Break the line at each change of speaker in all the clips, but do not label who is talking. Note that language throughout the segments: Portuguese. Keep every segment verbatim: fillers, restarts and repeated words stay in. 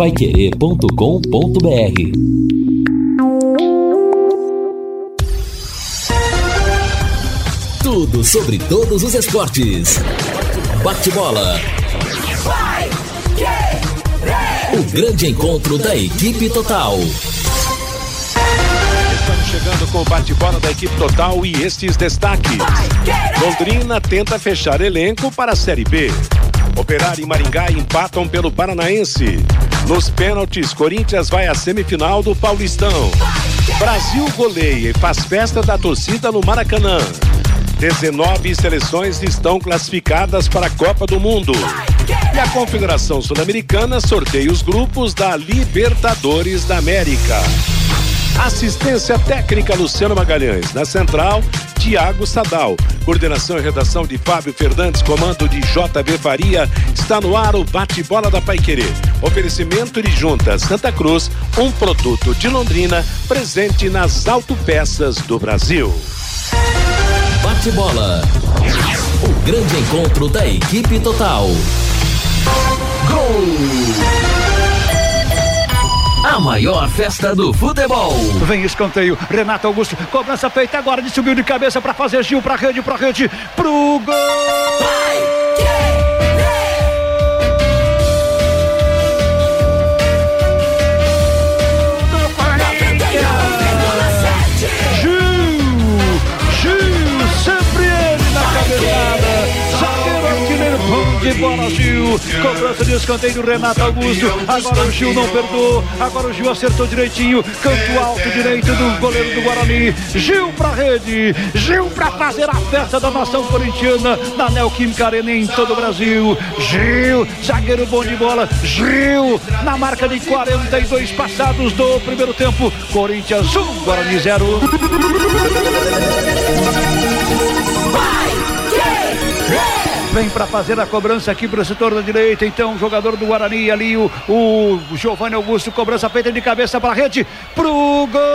paiquerê ponto com ponto br. Tudo sobre todos os esportes. Bate-bola. O grande encontro da equipe total.
Estamos chegando com o bate-bola da equipe total e estes destaques. Londrina tenta fechar elenco para a Série B. Operário e Maringá empatam pelo Paranaense. Nos pênaltis, Corinthians vai à semifinal do Paulistão. Brasil goleia e faz festa da torcida no Maracanã. dezenove seleções estão classificadas para a Copa do Mundo. E a Confederação Sul-Americana sorteia os grupos da Libertadores da América. Assistência técnica Luciano Magalhães. Na central, Tiago Sadal. Coordenação e redação de Fábio Fernandes, comando de J B Faria. Está no ar o bate-bola da Paiquerê. Oferecimento de Junta Santa Cruz, um produto de Londrina, presente nas autopeças do Brasil.
Bate-bola. O grande encontro da equipe total. Gol! A maior festa do futebol.
Vem escanteio, Renato Augusto, cobrança feita agora, de subiu de cabeça para fazer Gil, pra rede, pra rede, pro gol! Vai! De bola, Gil, cobrança de escanteio do Renato Augusto, agora o Gil não perdoou, agora o Gil acertou direitinho, canto alto direito do goleiro do Guarani, Gil pra rede, Gil pra fazer a festa da nação corintiana, na Neoquímica Arena em todo o Brasil, Gil, zagueiro bom de bola, Gil, na marca de quarenta e dois passados do primeiro tempo, Corinthians um, Guarani zero. Vem para fazer a cobrança aqui para o setor da direita, então o jogador do Guarani ali, o, o Giovanni Augusto, cobrança feita de cabeça para a rede, pro gol!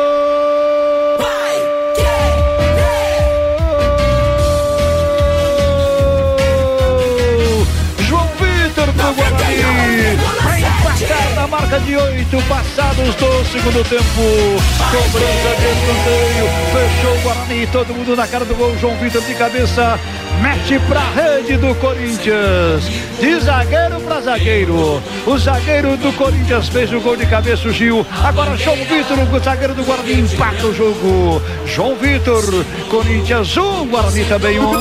João Vitor pro Guarani, para empatar na marca de oito passados do segundo tempo, cobrança de escanteio, fechou o Guarani, todo mundo na cara do gol, João Vitor de cabeça, mete pra rede do Corinthians, de zagueiro pra zagueiro, o zagueiro do Corinthians fez o gol de cabeça, o Gil, agora João Vitor, o zagueiro do Guarani, empata o jogo, João Vitor, Corinthians um, Guarani também um.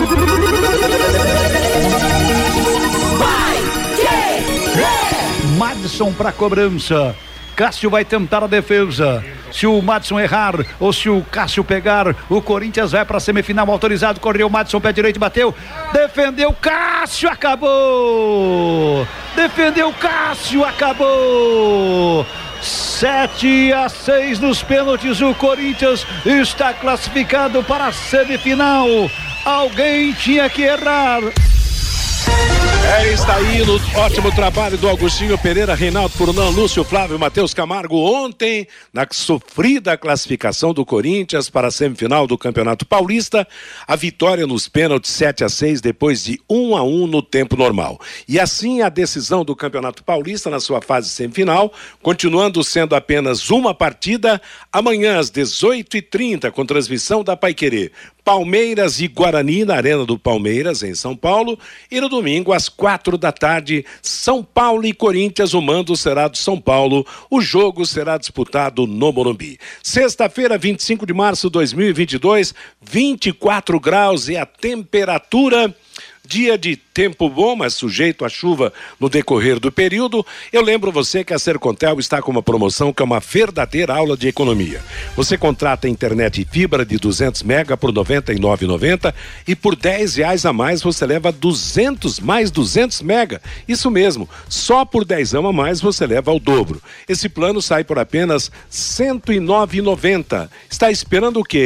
Madison pra cobrança, Cássio vai tentar a defesa. Se o Madison errar ou se o Cássio pegar, o Corinthians vai para a semifinal, autorizado, correu o Madison, pé direito, bateu, defendeu, Cássio, acabou, defendeu, Cássio, acabou, sete a seis nos pênaltis, o Corinthians está classificado para a semifinal, alguém tinha que errar.
É, está aí no ótimo trabalho do Augustinho Pereira, Reinaldo Furlan, Lúcio Flávio, Matheus Camargo, ontem, na sofrida classificação do Corinthians para a semifinal do Campeonato Paulista, a vitória nos pênaltis sete a seis, depois de um a um no tempo normal. E assim a decisão do Campeonato Paulista na sua fase semifinal, continuando sendo apenas uma partida, amanhã às dezoito e trinta, com transmissão da Paiquerê. Palmeiras e Guarani na Arena do Palmeiras, em São Paulo, e no domingo às quatro da tarde, São Paulo e Corinthians, o mando será do São Paulo, o jogo será disputado no Morumbi. Sexta-feira, vinte e cinco de março de dois mil e vinte e dois, vinte e quatro graus e a temperatura. Dia de tempo bom, mas sujeito à chuva no decorrer do período. Eu lembro você que a Sercontel está com uma promoção que é uma verdadeira aula de economia. Você contrata internet e fibra de duzentos mega por noventa e nove reais e noventa centavos e por dez reais a mais você leva duzentos mais duzentos mega. Isso mesmo, só por dez a mais você leva ao dobro. Esse plano sai por apenas cento e nove reais e noventa centavos. Está esperando o quê, hein?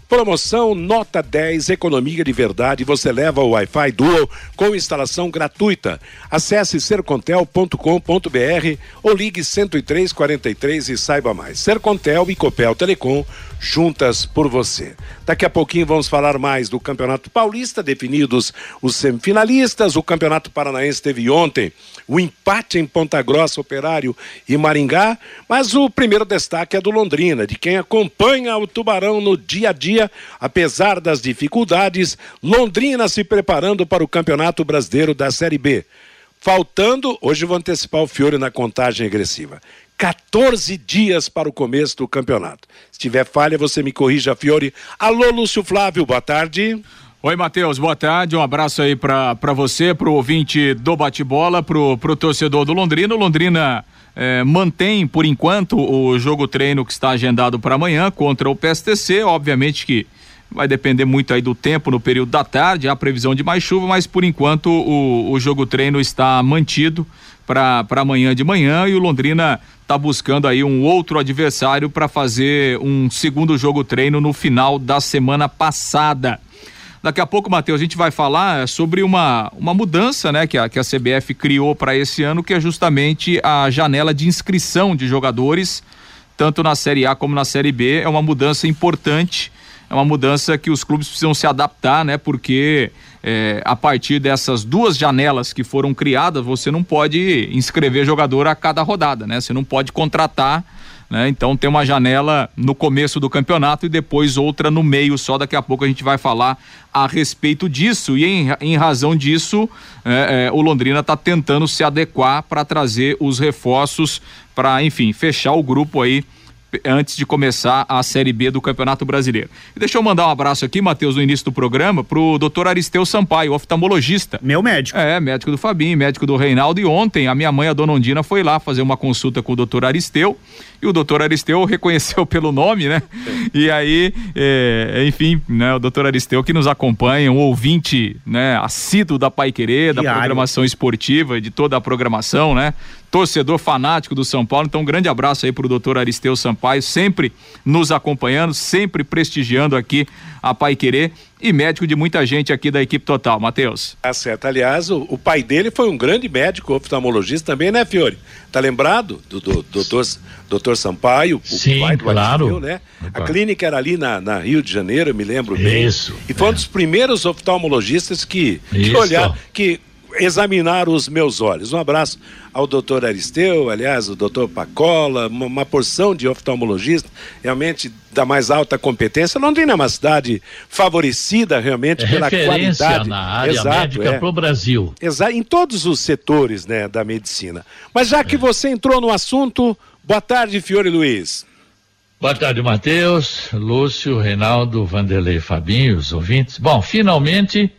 Promoção Nota dez, economia de verdade. Você leva o Wi-Fi Dual com instalação gratuita. Acesse sercontel ponto com ponto b r ou ligue cento e três, quarenta e três e saiba mais. Sercontel e Copel Telecom, juntas por você. Daqui a pouquinho vamos falar mais do Campeonato Paulista, definidos os semifinalistas. O Campeonato Paranaense teve ontem o empate em Ponta Grossa, Operário e Maringá, mas o primeiro destaque é do Londrina, de quem acompanha o Tubarão no dia a dia, apesar das dificuldades. Londrina se preparando para o Campeonato Brasileiro da Série B. Faltando, hoje vou antecipar o Fiore na contagem regressiva, quatorze dias para o começo do campeonato. Se tiver falha, você me corrija, Fiore. Alô, Lúcio Flávio, boa tarde.
Oi, Matheus, boa tarde, um abraço aí pra, pra você, pro ouvinte do bate-bola, pro, pro torcedor do Londrina. O Londrina eh, mantém, por enquanto, o jogo-treino que está agendado para amanhã contra o P S T C. Obviamente que vai depender muito aí do tempo no período da tarde, há previsão de mais chuva, mas por enquanto o, o jogo-treino está mantido para amanhã de manhã, e o Londrina está buscando aí um outro adversário para fazer um segundo jogo-treino no final da semana passada. Daqui a pouco, Matheus, a gente vai falar sobre uma, uma mudança, né, que a, que a C B F criou para esse ano, que é justamente a janela de inscrição de jogadores, tanto na Série A como na Série B. É uma mudança importante, é uma mudança que os clubes precisam se adaptar, né, porque é, a partir dessas duas janelas que foram criadas, você não pode inscrever jogador a cada rodada, né, você não pode contratar, né? Então tem uma janela no começo do campeonato e depois outra no meio só. Daqui a pouco a gente vai falar a respeito disso, e em, em razão disso é, é, o Londrina está tentando se adequar para trazer os reforços para, enfim, fechar o grupo aí antes de começar a Série B do Campeonato Brasileiro. E deixa eu mandar um abraço aqui, Matheus, no início do programa, pro doutor Aristeu Sampaio, oftalmologista.
Meu médico.
É, médico do Fabinho, médico do Reinaldo, e ontem a minha mãe, a dona Ondina, foi lá fazer uma consulta com o doutor Aristeu, e o doutor Aristeu reconheceu pelo nome, né? E aí, é, enfim, né, o doutor Aristeu que nos acompanha, um ouvinte, né, assíduo da Paiquerê, da programação esportiva, de toda a programação, né? Torcedor fanático do São Paulo. Então um grande abraço aí pro doutor Aristeu Sampaio, sempre nos acompanhando, sempre prestigiando aqui a Paiquerê, e médico de muita gente aqui da equipe total. Matheus.
Tá certo, aliás, o, o pai dele foi um grande médico oftalmologista também, né, Fiore? Tá lembrado do, do, do doutor, doutor Sampaio,
Sim,
o pai do
claro.
Adileu, né? A clínica era ali na, na Rio de Janeiro, eu me lembro bem.
Isso.
E foi
é.
um dos primeiros oftalmologistas que, que
Isso.
olharam, que examinar os meus olhos. Um abraço ao doutor Aristeu, aliás, o doutor Pacola, uma, uma porção de oftalmologistas, realmente da mais alta competência. Londrina é uma cidade favorecida realmente
é
pela qualidade.
Na área
Exato,
médica
é.
Pro Brasil.
Exato, em todos os setores, né, da medicina. Mas já que é. você entrou no assunto, boa tarde, Fiore Luiz.
Boa tarde, Matheus, Lúcio, Reinaldo, Vanderlei, Fabinho, os ouvintes. Bom, finalmente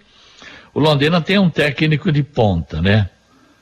o Londrina tem um técnico de ponta, né?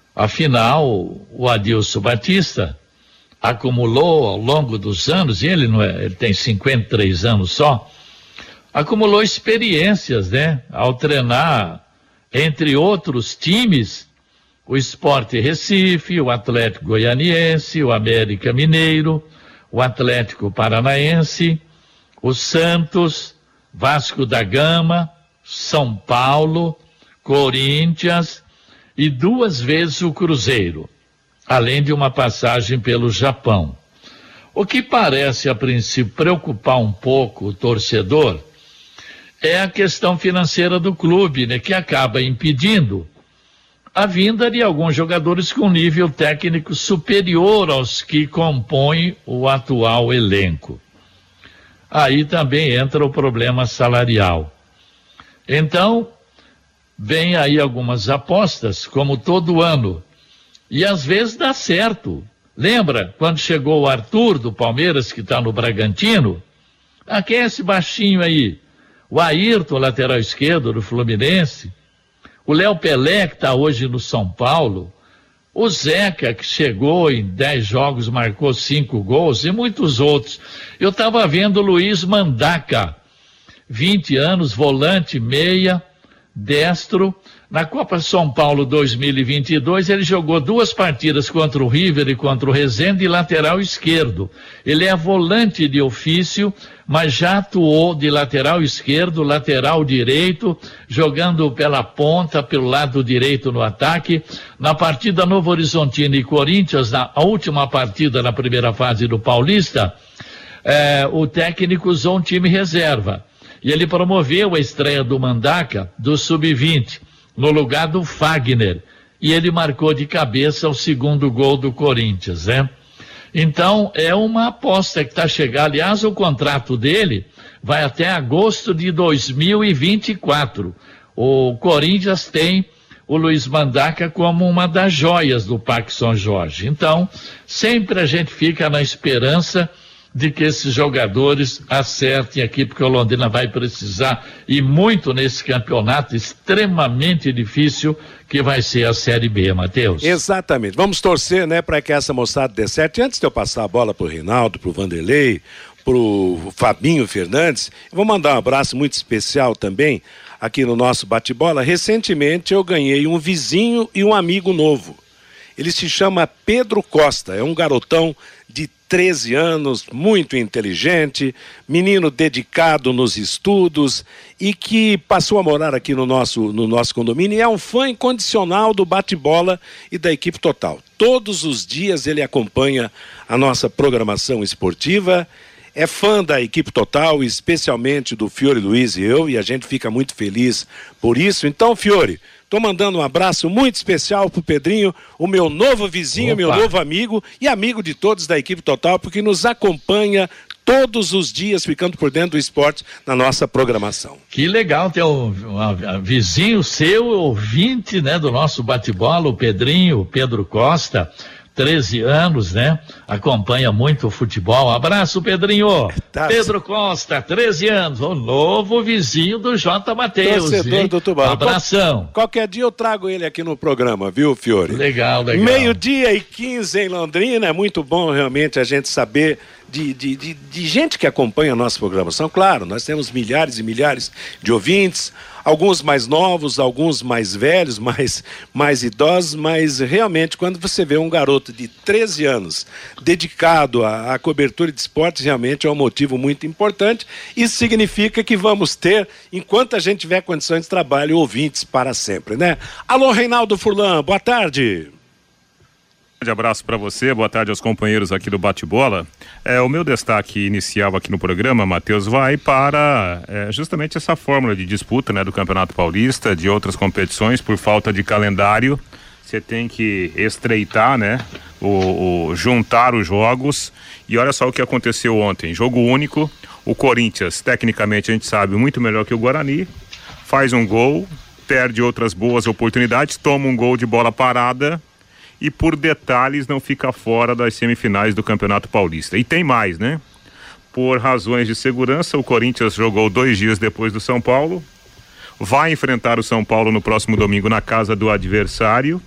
Afinal, o Adilson Batista acumulou ao longo dos anos, e ele não é, ele tem cinquenta e três anos só, acumulou experiências, né? Ao treinar, entre outros times, o Sport Recife, o Atlético Goianiense, o América Mineiro, o Atlético Paranaense, o Santos, Vasco da Gama, São Paulo, Corinthians e duas vezes o Cruzeiro, além de uma passagem pelo Japão. O que parece, a princípio, preocupar um pouco o torcedor é a questão financeira do clube, né, que acaba impedindo a vinda de alguns jogadores com nível técnico superior aos que compõem o atual elenco. Aí também entra o problema salarial. Então, vem aí algumas apostas, como todo ano, e às vezes dá certo. Lembra quando chegou o Arthur do Palmeiras, que está no Bragantino? Ah, quem é esse baixinho aí? O Ayrton, lateral esquerdo do Fluminense, o Léo Pelé, que está hoje no São Paulo, o Zeca, que chegou em dez jogos, marcou cinco gols, e muitos outros. Eu estava vendo o Luiz Mandaca, vinte anos, volante, meia, destro, Na Copa São Paulo dois mil e vinte e dois, ele jogou duas partidas contra o River e contra o Resende de lateral esquerdo. Ele é volante de ofício, mas já atuou de lateral esquerdo, lateral direito, jogando pela ponta, pelo lado direito no ataque. Na partida Novo Horizontino e Corinthians, na última partida na primeira fase do Paulista, eh, o técnico usou um time reserva. E ele promoveu a estreia do Mandaca, do sub vinte. No lugar do Fagner, e ele marcou de cabeça o segundo gol do Corinthians, né? Então, é uma aposta que está chegando. Aliás, o contrato dele vai até agosto de dois mil e vinte e quatro. O Corinthians tem o Luiz Mandaca como uma das joias do Parque São Jorge. Então, sempre a gente fica na esperança de que esses jogadores acertem aqui, porque o Londrina vai precisar, e muito nesse campeonato extremamente difícil que vai ser a Série B, Matheus.
Exatamente. Vamos torcer, né, para que essa moçada dê certo. E antes de eu passar a bola pro Reinaldo, pro Vanderlei, pro Fabinho Fernandes, eu vou mandar um abraço muito especial também aqui no nosso bate-bola. Recentemente eu ganhei um vizinho e um amigo novo. Ele se chama Pedro Costa, é um garotão de treze anos, muito inteligente, menino dedicado nos estudos e que passou a morar aqui no nosso, no nosso condomínio e é um fã incondicional do bate-bola e da equipe total. Todos os dias ele acompanha a nossa programação esportiva, é fã da equipe total, especialmente do Fiore Luiz e eu, e a gente fica muito feliz por isso. Então, Fiore, estou mandando um abraço muito especial pro Pedrinho, o meu novo vizinho, Opa. meu novo amigo e amigo de todos da equipe total, porque nos acompanha todos os dias, ficando por dentro do esporte na nossa programação.
Que legal ter um, um, um vizinho seu, ouvinte, né, do nosso bate-bola, o Pedrinho, o Pedro Costa. treze anos, né? Acompanha muito o futebol. Abraço, Pedrinho. Tá. Pedro Costa, treze anos, o novo vizinho do J. Mateus.
Torcedor do Tubarão.
Abração.
Qual, qualquer dia eu trago ele aqui no programa, viu, Fiore?
Legal, legal.
Meio-dia e quinze em Londrina. É muito bom realmente a gente saber de, de, de, de gente que acompanha a nossa programação. Claro, nós temos milhares e milhares de ouvintes, alguns mais novos, alguns mais velhos, mais, mais idosos, mas realmente quando você vê um garoto de treze anos dedicado à, à cobertura de esportes, realmente é um motivo muito importante. Isso significa que vamos ter, enquanto a gente tiver condições de trabalho, ouvintes para sempre, né? Alô, Reinaldo Furlan, boa tarde.
Um grande abraço para você, boa tarde aos companheiros aqui do Bate-Bola. É, o meu destaque inicial aqui no programa, Matheus, vai para é, justamente essa fórmula de disputa, né, do Campeonato Paulista, de outras competições, por falta de calendário. Você tem que estreitar, né, o, o, juntar os jogos. E olha só o que aconteceu ontem, jogo único, o Corinthians, tecnicamente a gente sabe, muito melhor que o Guarani, faz um gol, perde outras boas oportunidades, toma um gol de bola parada e por detalhes não fica fora das semifinais do Campeonato Paulista. E tem mais, né? Por razões de segurança, o Corinthians jogou dois dias depois do São Paulo, vai enfrentar o São Paulo no próximo domingo na casa do adversário.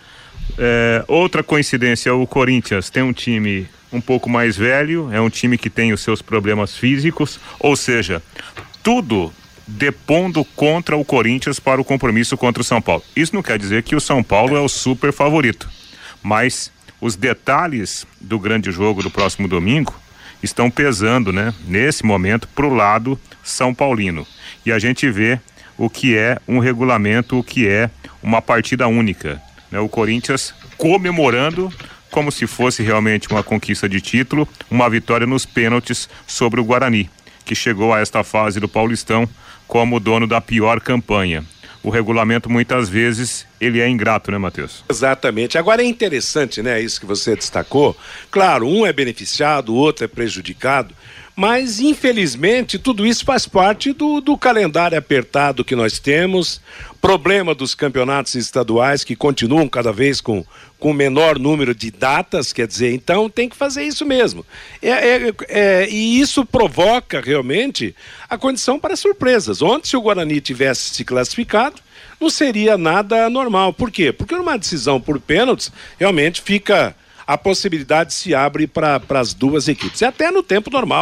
É, outra coincidência, o Corinthians tem um time um pouco mais velho, é um time que tem os seus problemas físicos, ou seja, tudo depondo contra o Corinthians para o compromisso contra o São Paulo. Isso não quer dizer que o São Paulo é o super favorito, mas os detalhes do grande jogo do próximo domingo estão pesando, né, nesse momento, pro lado São Paulino. E a gente vê o que é um regulamento, o que é uma partida única, né? O Corinthians comemorando como se fosse realmente uma conquista de título, uma vitória nos pênaltis sobre o Guarani, que chegou a esta fase do Paulistão como dono da pior campanha. O regulamento muitas vezes ele é ingrato, né, Matheus?
Exatamente. Agora é interessante, né, isso que você destacou. Claro, um é beneficiado, o outro é prejudicado, mas infelizmente tudo isso faz parte do, do calendário apertado que nós temos, problema dos campeonatos estaduais que continuam cada vez com, com menor número de datas, quer dizer, então tem que fazer isso mesmo. É, é, é, e isso provoca realmente a condição para surpresas. Ontem, se o Guarani tivesse se classificado, não seria nada normal. Por quê? Porque numa decisão por pênaltis, realmente fica, a possibilidade se abre para as duas equipes. E até no tempo normal.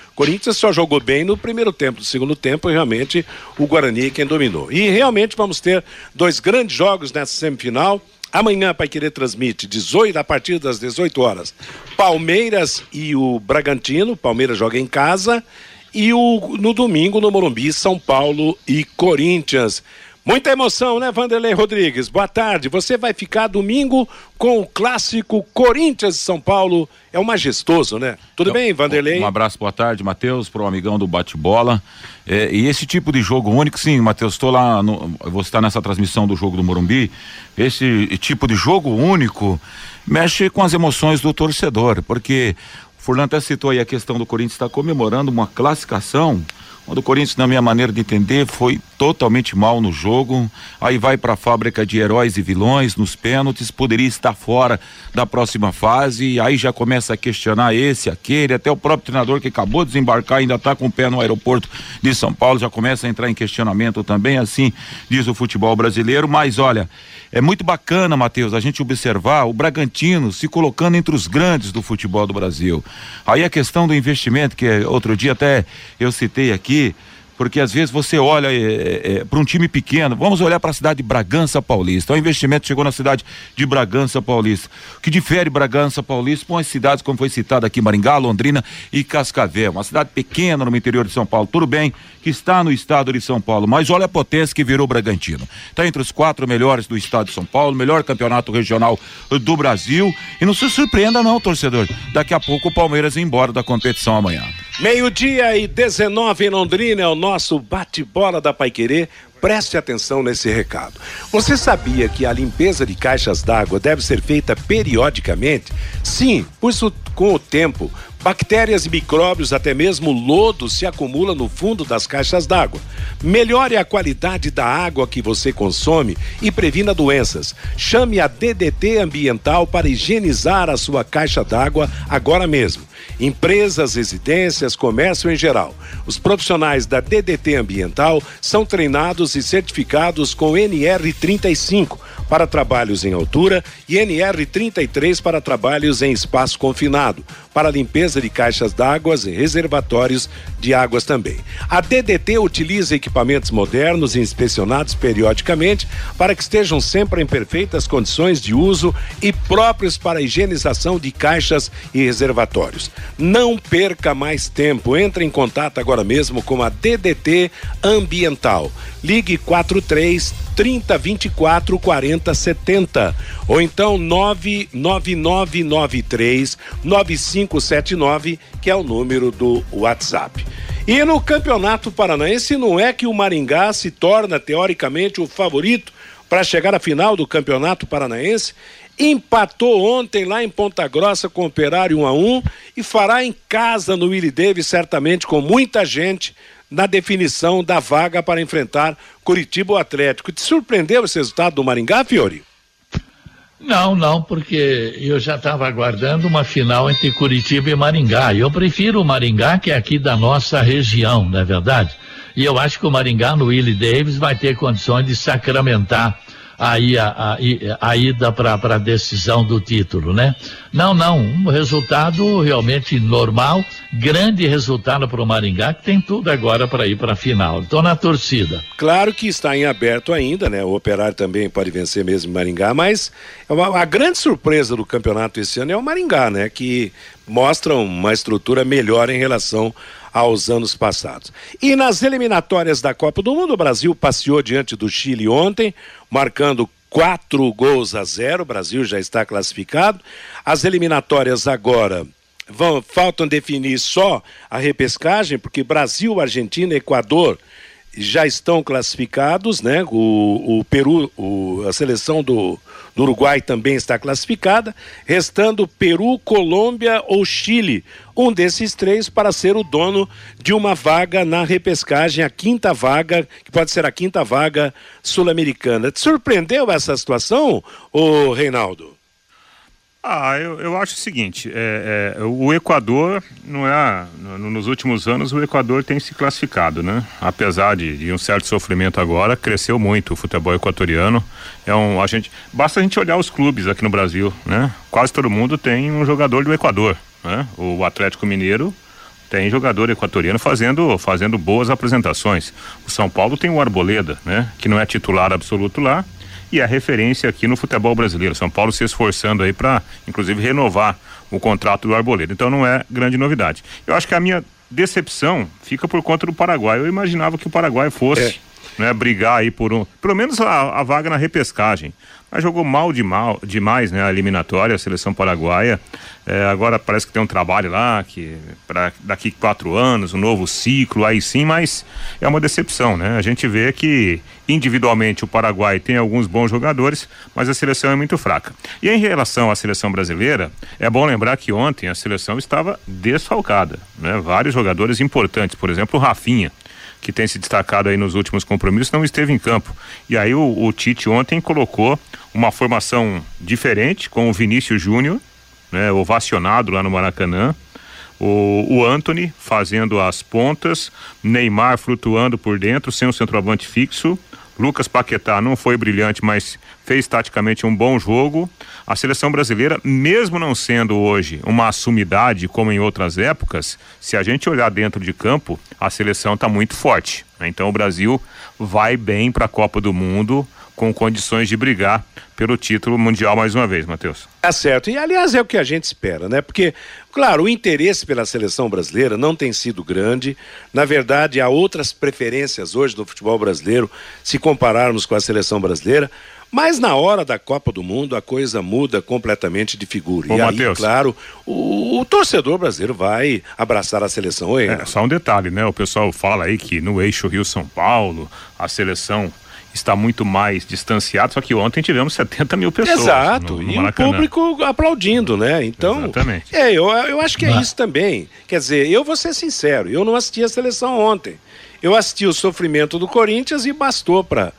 Corinthians só jogou bem no primeiro tempo, no segundo tempo realmente o Guarani é quem dominou. E realmente vamos ter dois grandes jogos nessa semifinal. Amanhã, Pai Querer transmite dezoito, a partir das dezoito horas, Palmeiras e o Bragantino. Palmeiras joga em casa. E o, no domingo, no Morumbi, São Paulo e Corinthians. Muita emoção, né, Vanderlei Rodrigues? Boa tarde. Você vai ficar domingo com o clássico Corinthians e São Paulo. É o majestoso, né? Tudo então, bem, Vanderlei?
Um abraço, boa tarde, Matheus, para o amigão do bate-bola. É, e esse tipo de jogo único, sim, Matheus, estou lá, no, eu vou estar nessa transmissão do jogo do Morumbi. Esse tipo de jogo único mexe com as emoções do torcedor, porque o Furlan até citou aí a questão do Corinthians estar comemorando uma classificação. O Corinthians, na minha maneira de entender, foi totalmente mal no jogo, aí vai para a fábrica de heróis e vilões nos pênaltis, poderia estar fora da próxima fase, aí já começa a questionar esse, aquele, até o próprio treinador que acabou de desembarcar ainda está com o pé no aeroporto de São Paulo, já começa a entrar em questionamento também, assim diz o futebol brasileiro. Mas olha, é muito bacana, Matheus, a gente observar o Bragantino se colocando entre os grandes do futebol do Brasil. Aí a questão do investimento, que outro dia até eu citei aqui, porque às vezes você olha é, é, para um time pequeno, vamos olhar para a cidade de Bragança Paulista. O investimento chegou na cidade de Bragança Paulista. O que difere Bragança Paulista com as cidades, como foi citado aqui, Maringá, Londrina e Cascavel. Uma cidade pequena no interior de São Paulo. Tudo bem que está no estado de São Paulo, mas olha a potência que virou o Bragantino. Está entre os quatro melhores do estado de São Paulo, melhor campeonato regional do Brasil. E não se surpreenda não, torcedor. Daqui a pouco o Palmeiras ir embora da competição amanhã.
Meio-dia e dezenove em Londrina, é o nosso bate-bola da Paiquerê. Preste atenção nesse recado. Você sabia que a limpeza de caixas d'água deve ser feita periodicamente? Sim, pois com o tempo, bactérias e micróbios, até mesmo lodo, se acumula no fundo das caixas d'água. Melhore a qualidade da água que você consome e previna doenças. Chame a D D T Ambiental para higienizar a sua caixa d'água agora mesmo. Empresas, residências, comércio em geral. Os profissionais da D D T Ambiental são treinados e certificados com N R trinta e cinco para trabalhos em altura e N R trinta e três para trabalhos em espaço confinado, para limpeza de caixas d'água e reservatórios de águas também. A D D T utiliza equipamentos modernos e inspecionados periodicamente para que estejam sempre em perfeitas condições de uso e próprios para a higienização de caixas e reservatórios. Não perca mais tempo, entre em contato agora mesmo com a D D T Ambiental. Ligue quatro três, trinta, vinte e quatro, quarenta, setenta ou então nove nove nove nove três, nove cinco sete nove, que é o número do WhatsApp. E no Campeonato Paranaense, não é que o Maringá se torna teoricamente o favorito para chegar à final do Campeonato Paranaense? Empatou ontem lá em Ponta Grossa com o Operário um a um e fará em casa no Willie Davis, certamente com muita gente, na definição da vaga para enfrentar Curitiba ou Atlético. Te surpreendeu esse resultado do Maringá, Fiori?
Não, não, porque eu já estava aguardando uma final entre Curitiba e Maringá. Eu prefiro o Maringá, que é aqui da nossa região, não é verdade? E eu acho que o Maringá no Willie Davis vai ter condições de sacramentar aí a, a, a ida para a decisão do título, né? Não, não, um resultado realmente normal, grande resultado para o Maringá, que tem tudo agora para ir para a final. Estou na torcida.
Claro que está em aberto ainda, né? O Operário também pode vencer mesmo o Maringá, mas a grande surpresa do campeonato esse ano é o Maringá, né? Que mostra uma estrutura melhor em relação aos anos passados. E nas eliminatórias da Copa do Mundo, o Brasil passeou diante do Chile ontem, marcando quatro gols a zero. O Brasil já está classificado. As eliminatórias agora vão, faltam definir só a repescagem, porque Brasil, Argentina e Equador já estão classificados, né? O, o Peru, o, a seleção do, do Uruguai também está classificada, restando Peru, Colômbia ou Chile, um desses três para ser o dono de uma vaga na repescagem, a quinta vaga, que pode ser a quinta vaga sul-americana. Te surpreendeu essa situação, ô Reinaldo?
Ah, eu, eu acho o seguinte, é, é, o Equador, não é, no, nos últimos anos o Equador tem se classificado, né? Apesar de, de um certo sofrimento agora, cresceu muito o futebol equatoriano. É um, a gente, basta a gente olhar os clubes aqui no Brasil, né? Quase todo mundo tem um jogador do Equador, né? O Atlético Mineiro tem jogador equatoriano fazendo, fazendo boas apresentações. O São Paulo tem o Arboleda, né? Que não é titular absoluto lá e é referência aqui no futebol brasileiro. São Paulo se esforçando aí para, inclusive, renovar o contrato do Arboleda. Então não é grande novidade. Eu acho que a minha decepção fica por conta do Paraguai. Eu imaginava que o Paraguai fosse, é. né, brigar aí por um, pelo menos a, a vaga na repescagem. Mas jogou mal, de mal demais, né? A eliminatória, a seleção paraguaia. É, agora parece que tem um trabalho lá, que para daqui quatro anos, um novo ciclo, aí sim, mas é uma decepção, né? A gente vê que individualmente o Paraguai tem alguns bons jogadores, mas a seleção é muito fraca. E em relação à seleção brasileira, é bom lembrar que ontem a seleção estava desfalcada, né? Vários jogadores importantes, por exemplo, o Rafinha, que tem se destacado aí nos últimos compromissos, não esteve em campo. E aí o, o Tite ontem colocou uma formação diferente com o Vinícius Júnior, né, ovacionado lá no Maracanã, o, o Antony fazendo as pontas, Neymar flutuando por dentro, sem um centroavante fixo, Lucas Paquetá não foi brilhante, mas fez taticamente um bom jogo. A seleção brasileira, mesmo não sendo hoje uma sumidade como em outras épocas, se a gente olhar dentro de campo, a seleção está muito forte, né? Então o Brasil vai bem para a Copa do Mundo, com condições de brigar pelo título mundial mais uma vez, Matheus.
Tá certo, e aliás é o que a gente espera, né? Porque, claro, o interesse pela seleção brasileira não tem sido grande. Na verdade, há outras preferências hoje no futebol brasileiro, se compararmos com a seleção brasileira. Mas na hora da Copa do Mundo a coisa muda completamente de figura.
Ô,
e
Mateus,
aí, claro, o, o torcedor brasileiro vai abraçar a seleção. Oi,
é, só um detalhe, né? O pessoal fala aí que no eixo Rio-São Paulo a seleção está muito mais distanciado, só que ontem tivemos setenta mil pessoas.
Exato,
no, no
e o público aplaudindo, né? Então,
exatamente.
É, eu, eu acho que é isso também. Quer dizer, eu vou ser sincero, eu não assisti a seleção ontem. Eu assisti o sofrimento do Corinthians e bastou para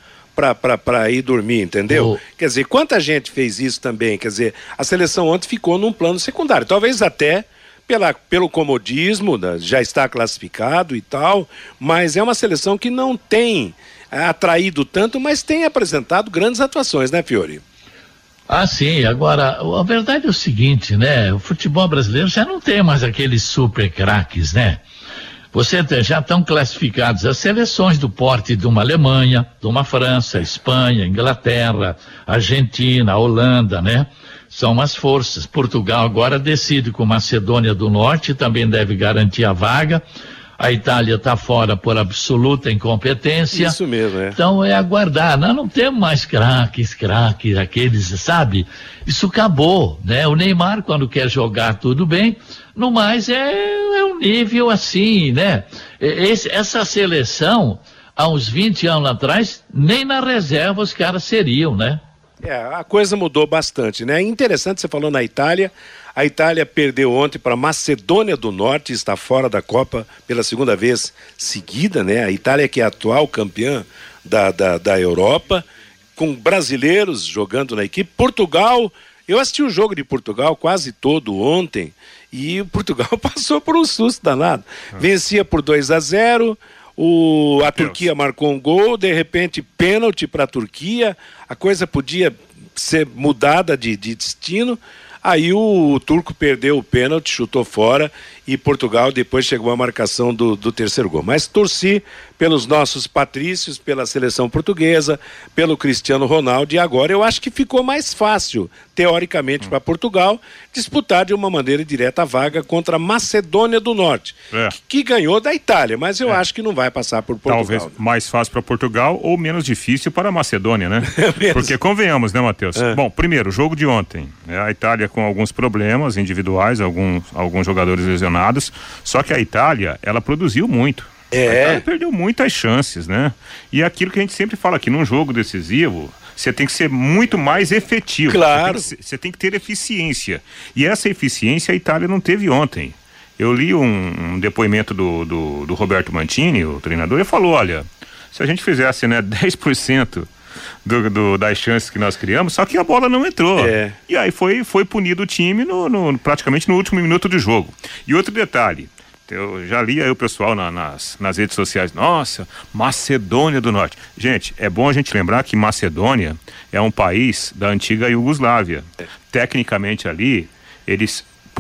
para ir dormir, entendeu? Oh. Quer dizer, quanta gente fez isso também? Quer dizer, a seleção ontem ficou num plano secundário, talvez até pela, pelo comodismo, né? Já está classificado e tal, mas é uma seleção que não tem atraído tanto, mas tem apresentado grandes atuações, né, Fiori?
Ah, sim. Agora, a verdade é o seguinte, né? O futebol brasileiro já não tem mais aqueles super craques, né? Você já estão classificados as seleções do porte de uma Alemanha, de uma França, Espanha, Inglaterra, Argentina, Holanda, né? São as forças. Portugal agora decide com Macedônia do Norte, também deve garantir a vaga. A Itália está fora por absoluta incompetência.
Isso mesmo, é.
Então é aguardar. Nós não temos mais craques, craques, aqueles, sabe? Isso acabou, né? O Neymar, quando quer jogar, tudo bem. No mais, é, é um nível assim, né? Esse, essa seleção, há uns vinte anos atrás, nem na reserva os caras seriam, né?
É, a coisa mudou bastante, né? Interessante, você falou na Itália. A Itália perdeu ontem para Macedônia do Norte, está fora da Copa pela segunda vez seguida, né? A Itália que é a atual campeã da, da, da Europa, com brasileiros jogando na equipe. Portugal, eu assisti o jogo de Portugal quase todo ontem e o Portugal passou por um susto danado. Vencia por dois a zero, o, a Turquia marcou um gol, de repente pênalti para a Turquia, a coisa podia ser mudada de, de destino. Aí o, o turco perdeu o pênalti, chutou fora e Portugal depois chegou à marcação do, do terceiro gol. Mas torci pelos nossos patrícios, pela seleção portuguesa, pelo Cristiano Ronaldo, e agora eu acho que ficou mais fácil, teoricamente, para Portugal disputar de uma maneira direta a vaga contra a Macedônia do Norte, é. que, que ganhou da Itália, mas eu é. acho que não vai passar por Portugal.
Talvez mais fácil para Portugal ou menos difícil para a Macedônia, né? Porque convenhamos, né, Matheus? É. Bom, primeiro, jogo de ontem, né? A Itália com alguns problemas individuais, alguns, alguns jogadores lesionados, só que a Itália, ela produziu muito. É. A Itália perdeu muitas chances, né? E aquilo que a gente sempre fala aqui, num jogo decisivo, você tem que ser muito mais efetivo.
Claro.
Você tem, você tem que ter eficiência. E essa eficiência a Itália não teve ontem. Eu li um, um depoimento do, do, do Roberto Mantini, o treinador, e falou, olha, se a gente fizesse, né, dez por cento Do, do, das chances que nós criamos, só que a bola não entrou.
É.
E aí foi, foi punido o time no, no, praticamente no último minuto do jogo. E outro detalhe, eu já li aí o pessoal na, nas, nas redes sociais, nossa, Macedônia do Norte. Gente, é bom a gente lembrar que Macedônia é um país da antiga Iugoslávia. É. Tecnicamente ali, eles,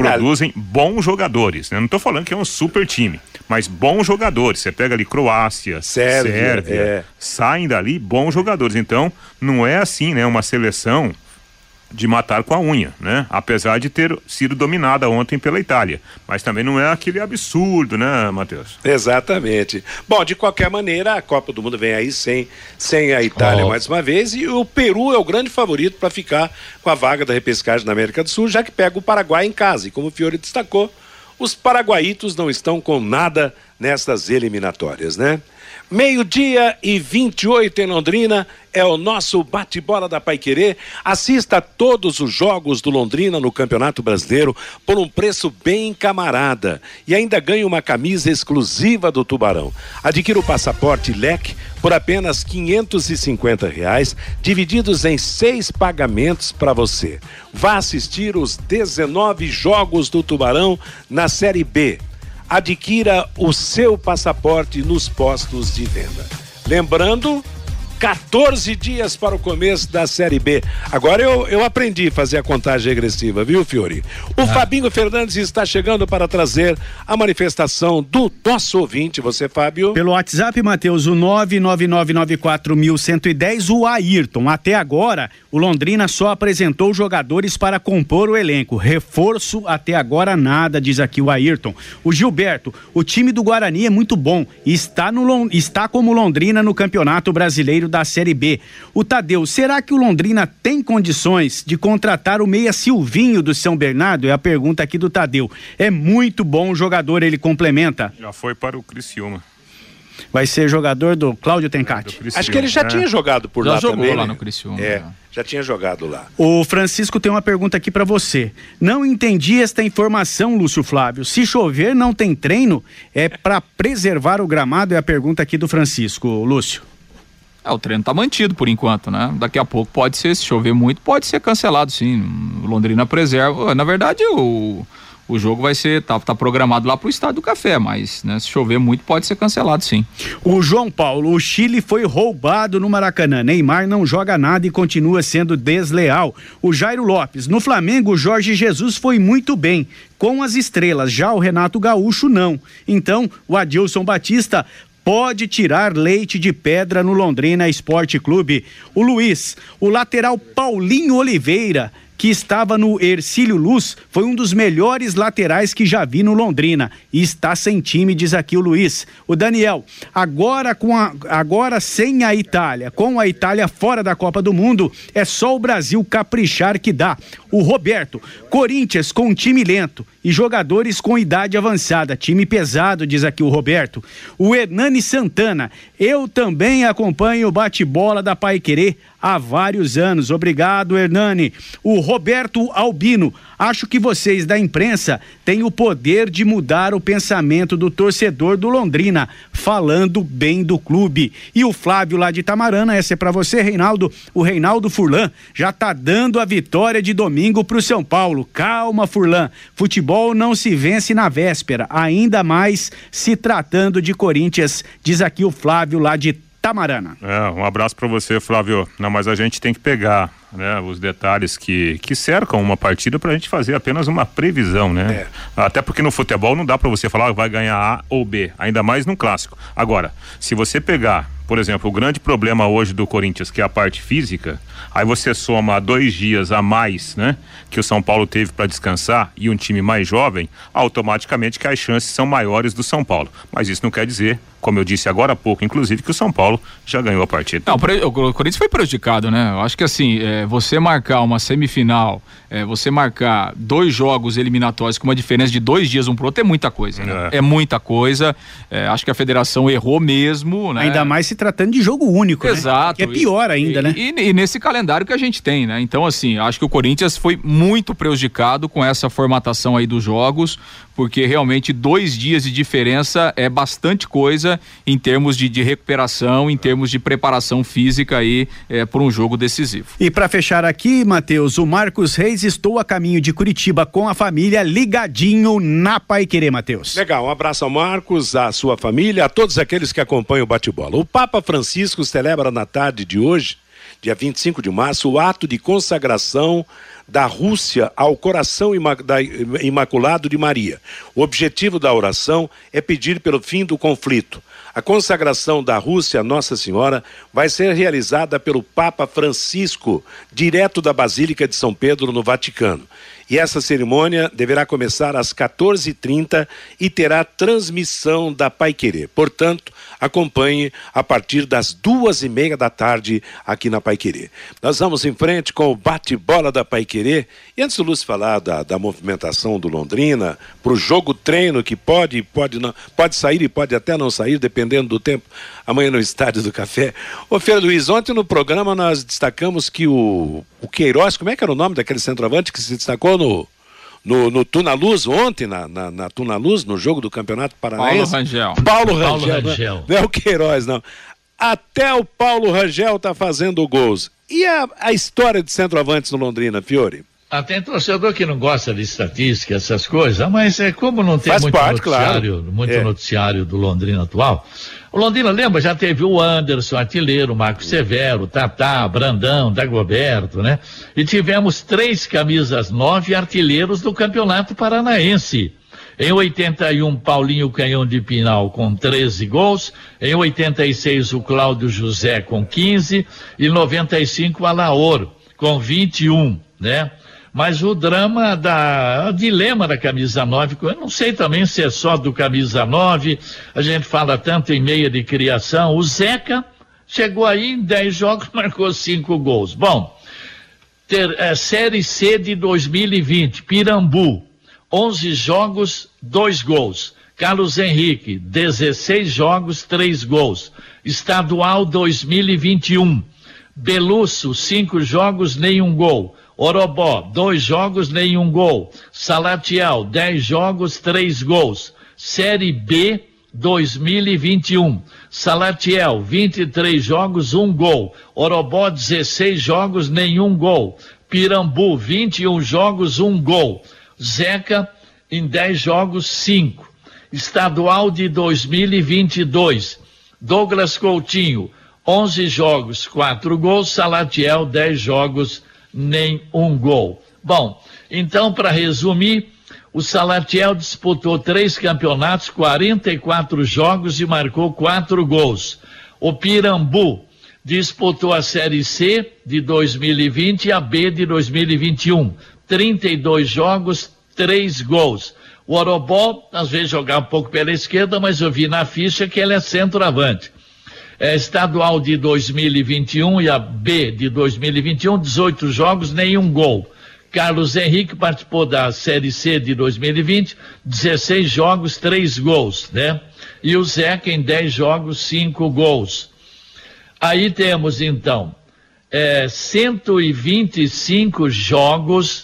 produzem bons jogadores, né? Não estou falando que é um super time, mas bons jogadores. Você pega ali Croácia,
Sérvia,
Sérvia
é.
saem dali bons jogadores. Então, não é assim, né? Uma seleção de matar com a unha, né? Apesar de ter sido dominada ontem pela Itália. Mas também não é aquele absurdo, né, Matheus?
Exatamente. Bom, de qualquer maneira, a Copa do Mundo vem aí sem, sem a Itália oh. mais uma vez, e o Peru é o grande favorito para ficar com a vaga da repescagem na América do Sul, já que pega o Paraguai em casa. E como o Fiore destacou, os paraguaitos não estão com nada nessas eliminatórias, né? Meio-dia e vinte e oito em Londrina, é o nosso bate-bola da Paiquerê. Assista a todos os jogos do Londrina no Campeonato Brasileiro por um preço bem camarada. E ainda ganhe uma camisa exclusiva do Tubarão. Adquira o passaporte Leque por apenas quinhentos e cinquenta reais, divididos em seis pagamentos para você. Vá assistir os dezenove jogos do Tubarão na Série B. Adquira o seu passaporte nos postos de venda. Lembrando, quatorze dias para o começo da Série B. Agora eu, eu aprendi a fazer a contagem regressiva, viu, Fiori? O ah. Fabinho Fernandes está chegando para trazer a manifestação do nosso ouvinte. Você, Fábio?
Pelo WhatsApp, Matheus, o nove nove nove nove quatro um um zero, o Ayrton. Até agora, o Londrina só apresentou jogadores para compor o elenco. Reforço até agora nada, diz aqui o Ayrton. O Gilberto, o time do Guarani é muito bom e está, no, está como Londrina no Campeonato Brasileiro da Série B. O Tadeu, será que o Londrina tem condições de contratar o meia Silvinho do São Bernardo? É a pergunta aqui do Tadeu. É muito bom o jogador, ele complementa.
Já foi para o Criciúma.
Vai ser jogador do Cláudio Tencati.
É, Acho que ele já é. tinha jogado por já lá
jogou
também.
lá
né?
no Criciúma.
É,
né?
já tinha jogado lá.
O Francisco tem uma pergunta aqui pra você. Não entendi esta informação, Lúcio Flávio. Se chover não tem treino, é pra preservar o gramado? É a pergunta aqui do Francisco, Lúcio.
É, o treino tá mantido por enquanto, né? Daqui a pouco pode ser, se chover muito, pode ser cancelado, sim. O Londrina preserva. Na verdade, o, o jogo vai ser, tá, tá programado lá pro Estádio do Café, mas, né, se chover muito, pode ser cancelado, sim.
O João Paulo, o Chile foi roubado no Maracanã. Neymar não joga nada e continua sendo desleal. O Jairo Lopes, no Flamengo, o Jorge Jesus foi muito bem com as estrelas, já o Renato Gaúcho não. Então, o Adilson Batista pode tirar leite de pedra no Londrina Esporte Clube. O Luiz, o lateral Paulinho Oliveira, que estava no Hercílio Luz, foi um dos melhores laterais que já vi no Londrina e está sem time, diz aqui o Luiz. O Daniel, agora, com a, agora sem a Itália, com a Itália fora da Copa do Mundo, é só o Brasil caprichar que dá. O Roberto, Corinthians com um time lento e jogadores com idade avançada, time pesado, diz aqui o Roberto. O Hernani Santana, eu também acompanho o bate-bola da Paiquerê há vários anos. Obrigado, Hernani. O Roberto Albino, acho que vocês da imprensa têm o poder de mudar o pensamento do torcedor do Londrina, falando bem do clube. E o Flávio lá de Itamarana, essa é pra você, Reinaldo. O Reinaldo Furlan já tá dando a vitória de domingo pro São Paulo. Calma, Furlan. Futebol não se vence na véspera, ainda mais se tratando de Corinthians, diz aqui o Flávio lá de Tamarana.
É, um abraço para você, Flávio. Não, mas a gente tem que pegar, né, os detalhes que, que cercam uma partida pra gente fazer apenas uma previsão, né? É. Até porque no futebol não dá pra você falar que vai ganhar A ou B, ainda mais num clássico. Agora, se você pegar, por exemplo, o grande problema hoje do Corinthians, que é a parte física, aí você soma dois dias a mais, né, que o São Paulo teve para descansar e um time mais jovem, automaticamente que as chances são maiores do São Paulo. Mas isso não quer dizer, como eu disse agora há pouco, inclusive, que o São Paulo já ganhou a partida.
Não, o Corinthians foi prejudicado, né? Eu acho que assim, é, você marcar uma semifinal, é, você marcar dois jogos eliminatórios com uma diferença de dois dias um pro outro é muita coisa, né? É, é muita coisa. É, acho que a federação errou mesmo, né?
Ainda mais se tratando de jogo único,
exato,
né? Que é pior ainda,
e,
né?
E, e, e nesse calendário que a gente tem, né? Então, assim, acho que o Corinthians foi muito prejudicado com essa formatação aí dos jogos, porque realmente dois dias de diferença é bastante coisa em termos de, de recuperação, em termos de preparação física aí é, por um jogo decisivo.
E para fechar aqui, Matheus, o Marcos Reis, estou a caminho de Curitiba com a família, ligadinho na Paiquerê, Matheus.
Legal, um abraço ao Marcos, à sua família, a todos aqueles que acompanham o bate-bola. O Papa Francisco celebra na tarde de hoje, dia vinte e cinco de março, o ato de consagração da Rússia ao coração imaculado de Maria. O objetivo da oração é pedir pelo fim do conflito. A consagração da Rússia a Nossa Senhora vai ser realizada pelo Papa Francisco, direto da Basílica de São Pedro, no Vaticano. E essa cerimônia deverá começar às quatorze e trinta e terá transmissão da Paiquerê. Portanto, acompanhe a partir das duas e meia da tarde aqui na Paiquerê. Nós vamos em frente com o bate-bola da Paiquerê. E antes do Lúcio falar da, da movimentação do Londrina, para o jogo treino que pode, pode, não, pode sair e pode até não sair, dependendo do tempo, amanhã no Estádio do Café. Ô, Feira Luiz, ontem no programa nós destacamos que o, o Queiroz, como é que era o nome daquele centroavante que se destacou no, no, no Tuna Luz ontem, na, na, na Tuna Luz, no jogo do Campeonato Paranaense?
Paulo Rangel.
Paulo Rangel,
Paulo Rangel.
Não, não é o Queiroz, não. Até o Paulo Rangel tá fazendo gols. E a, a história de centroavantes no Londrina, Fiore?
Ah, tem torcedor que não gosta de estatística, essas coisas, mas é como não tem
Faz
muito
parte,
noticiário,
claro.
muito
É.
noticiário do Londrina atual. O Londrina, lembra, já teve o Anderson, artilheiro, Marco Severo, Tatá, Brandão, Dagoberto, né? E tivemos três camisas nove artilheiros do Campeonato Paranaense. Em oitenta e um, Paulinho Canhão de Pinal com treze gols. Em oitenta e seis, o Cláudio José com quinze. E noventa e cinco, o Alaor com vinte e um, né? Mas o drama da, o dilema da camisa nove, eu não sei também se é só do camisa nove, a gente fala tanto em meia de criação, o Zeca chegou aí em dez jogos, marcou cinco gols. Bom, ter, é, Série C de dois mil e vinte, Pirambu, onze jogos, dois gols. Carlos Henrique, dezesseis jogos, três gols. Estadual dois mil e vinte e um, Belusso, cinco jogos, nenhum gol. Orobó, dois jogos, nenhum gol. Salatiel, dez jogos, três gols. Série B dois mil e vinte e um. Salatiel, vinte e três jogos, um gol. Orobó, dezesseis jogos, nenhum gol. Pirambu, vinte e um jogos, um gol. Zeca, em dez jogos, cinco. Estadual de dois mil e vinte e dois. Douglas Coutinho, onze jogos, quatro gols. Salatiel, dez jogos, nem um gol. Bom, então, para resumir, o Salatiel disputou três campeonatos, quarenta e quatro jogos e marcou quatro gols. O Pirambu disputou a Série C de dois mil e vinte e a B de dois mil e vinte e um, trinta e dois jogos, três gols. O Orobó, às vezes, jogava um pouco pela esquerda, mas eu vi na ficha que ele é centroavante. É, estadual de dois mil e vinte e um e a B de dois mil e vinte e um, dezoito jogos, nenhum gol. Carlos Henrique participou da Série C de dois mil e vinte, dezesseis jogos, três gols, né? E o Zeca em dez jogos, cinco gols. Aí temos, então, é, cento e vinte e cinco jogos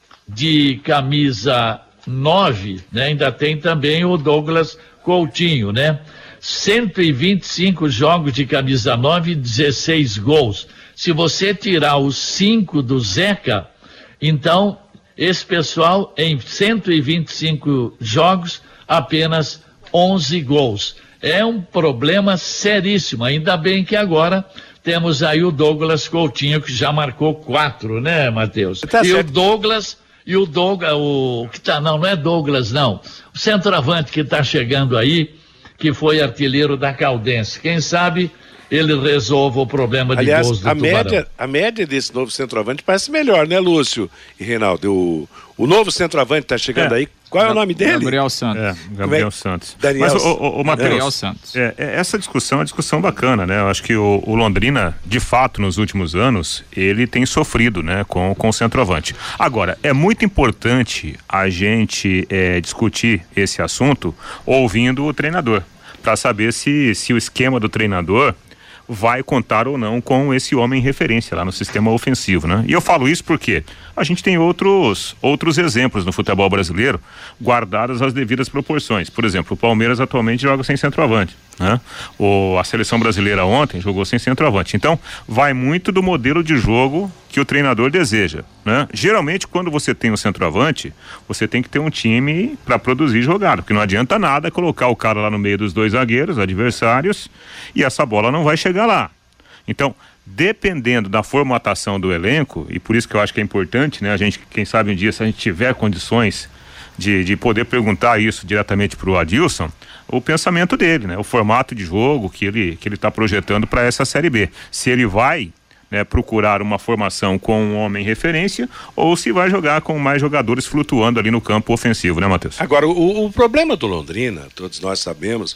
de camisa nove, né? Ainda tem também o Douglas Coutinho, né? cento e vinte e cinco jogos de camisa nove, dezesseis gols. Se você tirar os cinco do Zeca, então esse pessoal em cento e vinte e cinco jogos, apenas onze gols. É um problema seríssimo, ainda bem que agora temos aí o Douglas Coutinho, que já marcou quatro, né, Matheus?
Tá
e
certo.
o Douglas, e o Douglas, o que tá, não, não é Douglas, não. O centroavante que está chegando aí, que foi artilheiro da Caldense. Quem sabe ele resolva o problema de
Aliás,
gols do
a
Tubarão.
média, a média desse novo centroavante parece melhor, né, Lúcio e Reinaldo? O, o novo centroavante está chegando
É.
aí. Qual é o nome dele?
Gabriel Santos.
É, Gabriel
Como é?
Santos.
Daniel-
Mas, o, o, o Matheus,
Gabriel Santos.
é, é, essa discussão é uma discussão bacana, né? Eu acho que o, o Londrina, de fato, nos últimos anos, ele tem sofrido, né, com, com o centroavante. Agora, é muito importante a gente é, discutir esse assunto ouvindo o treinador, para saber se, se o esquema do treinador vai contar ou não com esse homem referência lá no sistema ofensivo, né? E eu falo isso porque a gente tem outros, outros exemplos no futebol brasileiro, guardadas as devidas proporções. Por exemplo, o Palmeiras atualmente joga sem centroavante, né? O, a seleção brasileira ontem jogou sem centroavante. Então, vai muito do modelo de jogo que o treinador deseja, né? Geralmente, quando você tem um centroavante, você tem que ter um time para produzir jogada, porque não adianta nada colocar o cara lá no meio dos dois zagueiros adversários e essa bola não vai chegar lá. Então, dependendo da formatação do elenco, e por isso que eu acho que é importante, né? A gente, quem sabe um dia, se a gente tiver condições de, de poder perguntar isso diretamente pro Adilson, o pensamento dele, né? O formato de jogo que ele que ele está projetando para essa Série B. Se ele vai, né, procurar uma formação com um homem referência ou se vai jogar com mais jogadores flutuando ali no campo ofensivo, né, Matheus?
Agora, o, o problema do Londrina, todos nós sabemos,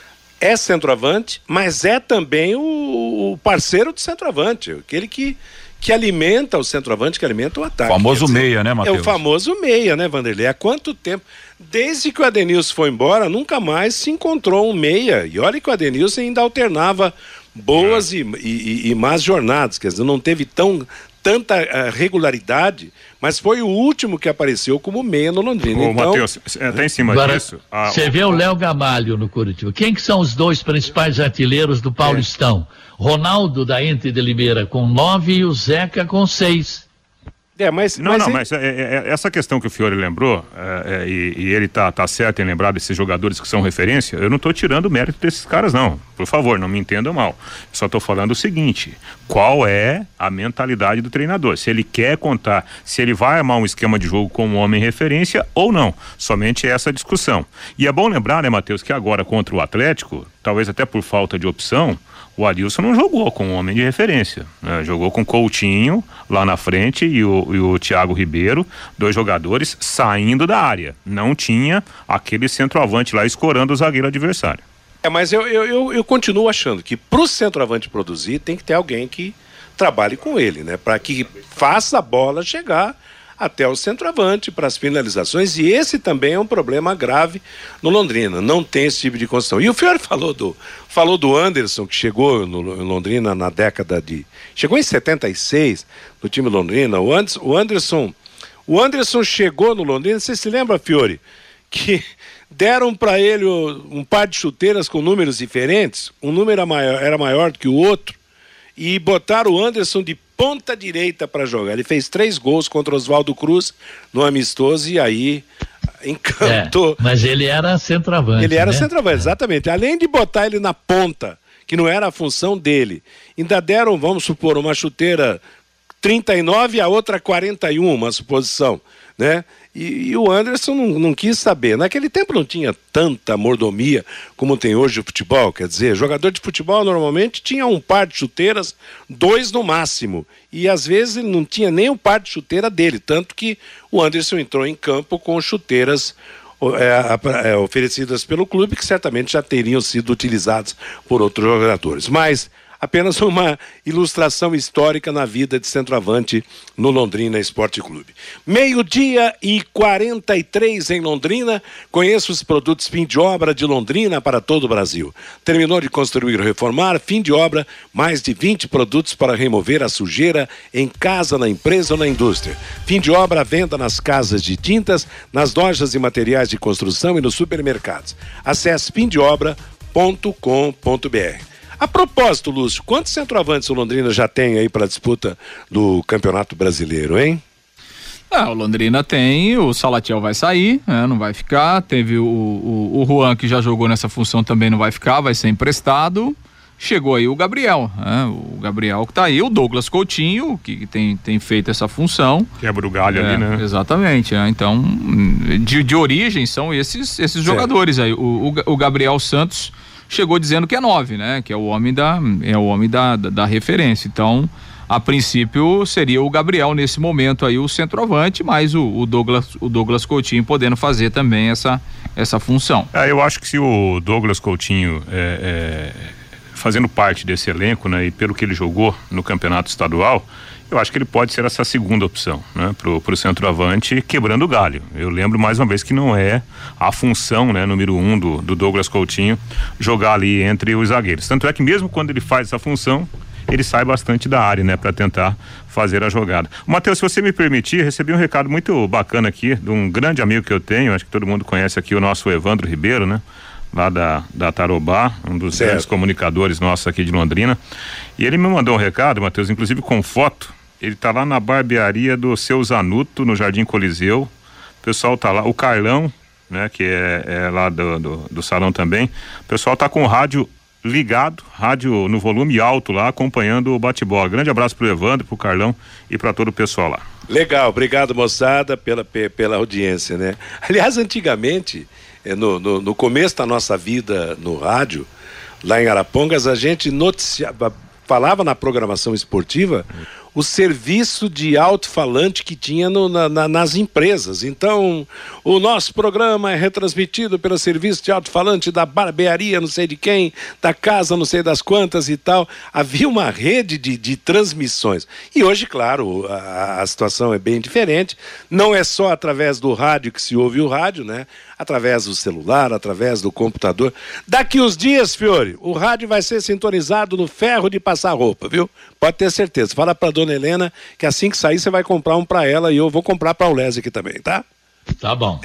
é centroavante, mas é também o, o parceiro do centroavante, aquele que, que alimenta o centroavante, que alimenta o ataque.
O famoso
dizer,
meia, né, Matheus?
É o famoso meia, né, Vanderlei? Há quanto tempo? Desde que o Adenilson foi embora, nunca mais se encontrou um meia. E olha que o Adenilson ainda alternava boas é. e, e, e más jornadas, quer dizer, não teve tão, tanta uh, regularidade, mas foi o último que apareceu como meia no Londrina.
Ô,
então,
Matheus, até em cima
agora,
disso...
Você a... vê o Léo Gamalho no Curitiba. Quem que são os dois principais artilheiros do Paulistão? É. Ronaldo da Inter de Limeira com nove e o Zeca com seis.
É, mas,
não,
mas
não,
ele...
mas é, é, essa questão que o Fiore lembrou, é, é, e, e ele tá, tá certo em lembrar desses jogadores que são referência, eu não tô tirando o mérito desses caras, não. Por favor, não me entendam mal. Só tô falando o seguinte: qual é a mentalidade do treinador? Se ele quer contar, se ele vai armar um esquema de jogo com um homem referência ou não. Somente essa discussão. E é bom lembrar, né, Matheus, que agora contra o Atlético, talvez até por falta de opção, o Adilson não jogou com um homem de referência, né? Jogou com Coutinho lá na frente e o, e o Thiago Ribeiro, dois jogadores saindo da área. Não tinha aquele centroavante lá escorando o zagueiro adversário.
É, mas eu, eu, eu, eu continuo achando que pro centroavante produzir tem que ter alguém que trabalhe com ele, né? Para que faça a bola chegar até o centroavante para as finalizações, e esse também é um problema grave no Londrina, não tem esse tipo de construção. E o Fiore falou do, falou do Anderson, que chegou no, no Londrina na década de... Chegou em setenta e seis no time Londrina. O, Anderson, o Anderson o Anderson chegou no Londrina, você se lembra, Fiore, que deram para ele um par de chuteiras com números diferentes, um número era maior, era maior do que o outro, e botaram o Anderson de ponta direita para jogar. Ele fez três gols contra o Oswaldo Cruz no amistoso e aí encantou.
É, mas ele era centroavante.
Ele era
né?
centroavante, exatamente. Além de botar ele na ponta, que não era a função dele, ainda deram, vamos supor, uma chuteira trinta e nove e a outra quarenta e um, uma suposição, né? E, e o Anderson não, não quis saber. Naquele tempo não tinha tanta mordomia como tem hoje o futebol. Quer dizer, jogador de futebol normalmente tinha um par de chuteiras, dois no máximo. E às vezes ele não tinha nem o par de chuteira dele. Tanto que o Anderson entrou em campo com chuteiras é, é, oferecidas pelo clube, que certamente já teriam sido utilizadas por outros jogadores. Mas apenas uma ilustração histórica na vida de centroavante no Londrina Esporte Clube. Meio-dia e quarenta e três em Londrina. Conheça os produtos fim de obra de Londrina para todo o Brasil. Terminou de construir ou reformar, fim de obra, mais de vinte produtos para remover a sujeira em casa, na empresa ou na indústria. Fim de obra, venda nas casas de tintas, nas lojas e materiais de construção e nos supermercados. Acesse fim de obra ponto com ponto br. A propósito, Lúcio, quantos centroavantes o Londrina já tem aí para a disputa do Campeonato Brasileiro, hein?
Ah, o Londrina tem, o Salatiel vai sair, né, não vai ficar, teve o, o, o Juan, que já jogou nessa função, também não vai ficar, vai ser emprestado. Chegou aí o Gabriel, né, o Gabriel que tá aí, o Douglas Coutinho, que tem, tem feito essa função.
Quebra o galho é, ali, né?
Exatamente, é, então, de, de origem são esses, esses jogadores aí. O, o, o Gabriel Santos chegou dizendo que é nove, né? Que é o homem da, é o homem da, da, da referência. Então, a princípio, seria o Gabriel nesse momento aí o centroavante, mas o, o, Douglas, o Douglas Coutinho podendo fazer também essa, essa função.
É, eu acho que se o Douglas Coutinho é, é, fazendo parte desse elenco, né? E pelo que ele jogou no campeonato estadual, eu acho que ele pode ser essa segunda opção, né? Pro, pro centroavante, quebrando o galho. Eu lembro mais uma vez que não é a função, né? Número um do, do Douglas Coutinho, jogar ali entre os zagueiros. Tanto é que mesmo quando ele faz essa função, ele sai bastante da área, né? Para tentar fazer a jogada. Matheus, se você me permitir, recebi um recado muito bacana aqui de um grande amigo que eu tenho, acho que todo mundo conhece aqui, o nosso Evandro Ribeiro, né? Lá da, da Tarobá, um dos certo. grandes comunicadores nossos aqui de Londrina. E ele me mandou um recado, Matheus, inclusive com foto. Ele tá lá na barbearia do Seu Zanuto, no Jardim Coliseu. O pessoal tá lá, o Carlão, né, que é, é lá do, do, do salão também. O pessoal tá com o rádio ligado, rádio no volume alto lá, acompanhando o bate-bola. Grande abraço pro Evandro, pro Carlão e para todo o pessoal lá.
Legal, obrigado, moçada, pela, pela audiência, né? Aliás, antigamente, no, no, no começo da nossa vida no rádio, lá em Arapongas, a gente noticiava, falava na programação esportiva o serviço de alto-falante que tinha no, na, na, nas empresas. Então, o nosso programa é retransmitido pelo serviço de alto-falante da barbearia, não sei de quem, da casa, não sei das quantas e tal. Havia uma rede de, de transmissões. E hoje, claro, a, a situação é bem diferente. Não é só através do rádio que se ouve o rádio, né? Através do celular, através do computador. Daqui uns dias, Fiore, o rádio vai ser sintonizado no ferro de passar roupa, viu? Pode ter certeza. Fala pra dona Helena que assim que sair você vai comprar um pra ela e eu vou comprar pra Aulésia aqui também, tá?
Tá bom.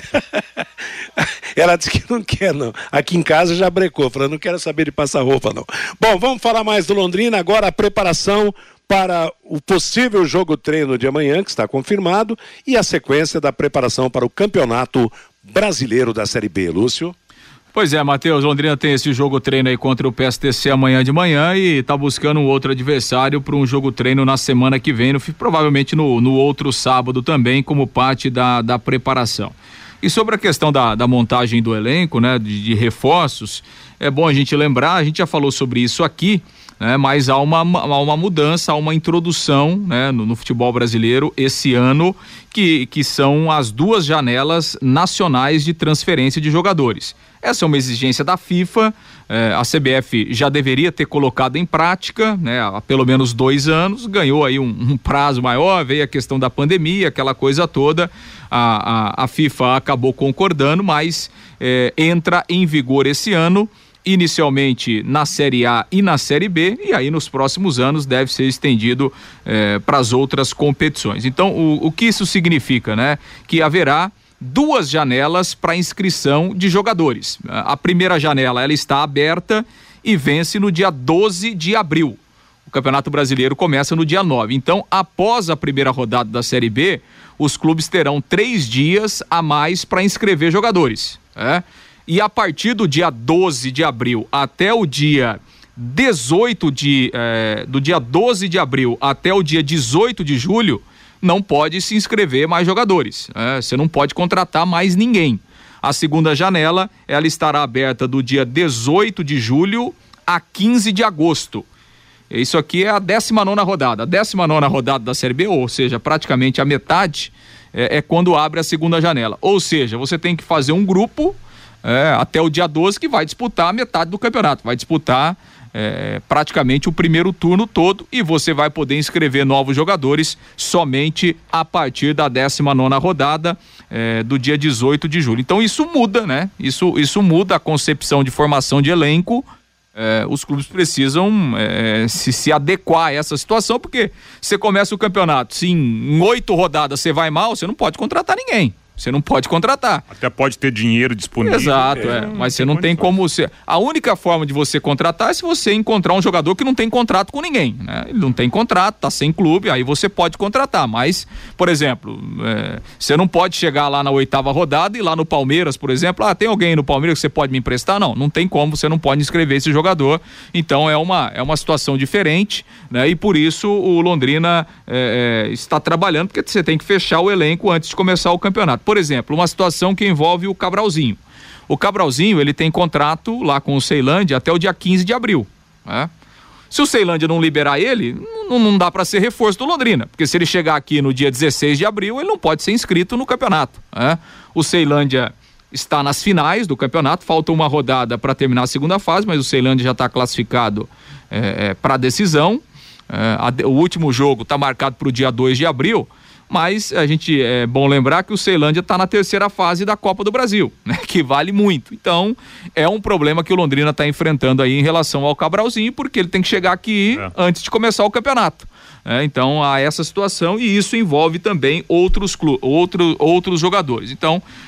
Ela disse que não quer, não. Aqui em casa já brecou, falando, não quero saber de passar roupa, não. Bom, vamos falar mais do Londrina, agora a preparação para o possível jogo treino de amanhã, que está confirmado, e a sequência da preparação para o Campeonato Brasileiro da Série B, Lúcio.
Pois é, Matheus, Londrina tem esse jogo treino aí contra o P S T C amanhã de manhã e tá buscando um outro adversário para um jogo treino na semana que vem, no, provavelmente no, no outro sábado também, como parte da, da preparação. E sobre a questão da, da montagem do elenco, né, de, de reforços, é bom a gente lembrar, a gente já falou sobre isso aqui, né, mas há uma, há uma mudança, há uma introdução, né, no, no futebol brasileiro esse ano, que, que são as duas janelas nacionais de transferência de jogadores. Essa é uma exigência da FIFA, eh, a C B F já deveria ter colocado em prática, né, há pelo menos dois anos, ganhou aí um, um prazo maior, veio a questão da pandemia, aquela coisa toda, a, a, a FIFA acabou concordando, mas eh, entra em vigor esse ano, inicialmente na Série A e na Série B, e aí nos próximos anos deve ser estendido eh, para as outras competições. Então, o, o que isso significa, né? Que haverá duas janelas para inscrição de jogadores. A primeira janela, ela está aberta e vence no dia doze de abril. O Campeonato Brasileiro começa no dia nove. Então, após a primeira rodada da Série B, os clubes terão três dias a mais para inscrever jogadores, né? E a partir do dia doze de abril até o dia dezoito de, eh, do dia doze de abril até o dia dezoito de julho, não pode se inscrever mais jogadores, né? Você não pode contratar mais ninguém. A segunda janela, ela estará aberta do dia dezoito de julho a quinze de agosto. Isso aqui é a décima nona rodada. A décima nona rodada da Série B, ou seja, praticamente a metade, é, é quando abre a segunda janela. Ou seja, você tem que fazer um grupo É, até o dia doze, que vai disputar a metade do campeonato, vai disputar é, praticamente o primeiro turno todo, e você vai poder inscrever novos jogadores somente a partir da décima nona rodada é, do dia dezoito de julho. Então isso muda, né? Isso, isso muda a concepção de formação de elenco. É, os clubes precisam é, se, se adequar a essa situação, porque você começa o campeonato, se em oito rodadas você vai mal, você não pode contratar ninguém. Você não pode contratar.
Até pode ter dinheiro disponível.
Exato, é, é. Mas você não tem como... Você... A única forma de você contratar é se você encontrar um jogador que não tem contrato com ninguém, né? Ele não tem contrato, tá sem clube, aí você pode contratar. Mas, por exemplo, é, você não pode chegar lá na oitava rodada e lá no Palmeiras, por exemplo, ah, tem alguém no Palmeiras que você pode me emprestar? Não, não tem como, você não pode inscrever esse jogador. Então é uma, é uma situação diferente, né? E por isso o Londrina é, é, está trabalhando, porque você tem que fechar o elenco antes de começar o campeonato. Por exemplo, uma situação que envolve o Cabralzinho. O Cabralzinho, ele tem contrato lá com o Ceilândia até o dia quinze de abril, né? Se o Ceilândia não liberar ele, não, não dá para ser reforço do Londrina, porque se ele chegar aqui no dia dezesseis de abril, ele não pode ser inscrito no campeonato, né? O Ceilândia está nas finais do campeonato, falta uma rodada para terminar a segunda fase, mas o Ceilândia já está classificado é, é, para a decisão. É, a, o último jogo está marcado para o dia dois de abril, mas a gente é bom lembrar que o Ceilândia está na terceira fase da Copa do Brasil, né? Que vale muito. Então, é um problema que o Londrina está enfrentando aí em relação ao Cabralzinho, porque ele tem que chegar aqui é. antes de começar o campeonato. É, então, há essa situação, e isso envolve também outros, clu- outro, outros jogadores. Então,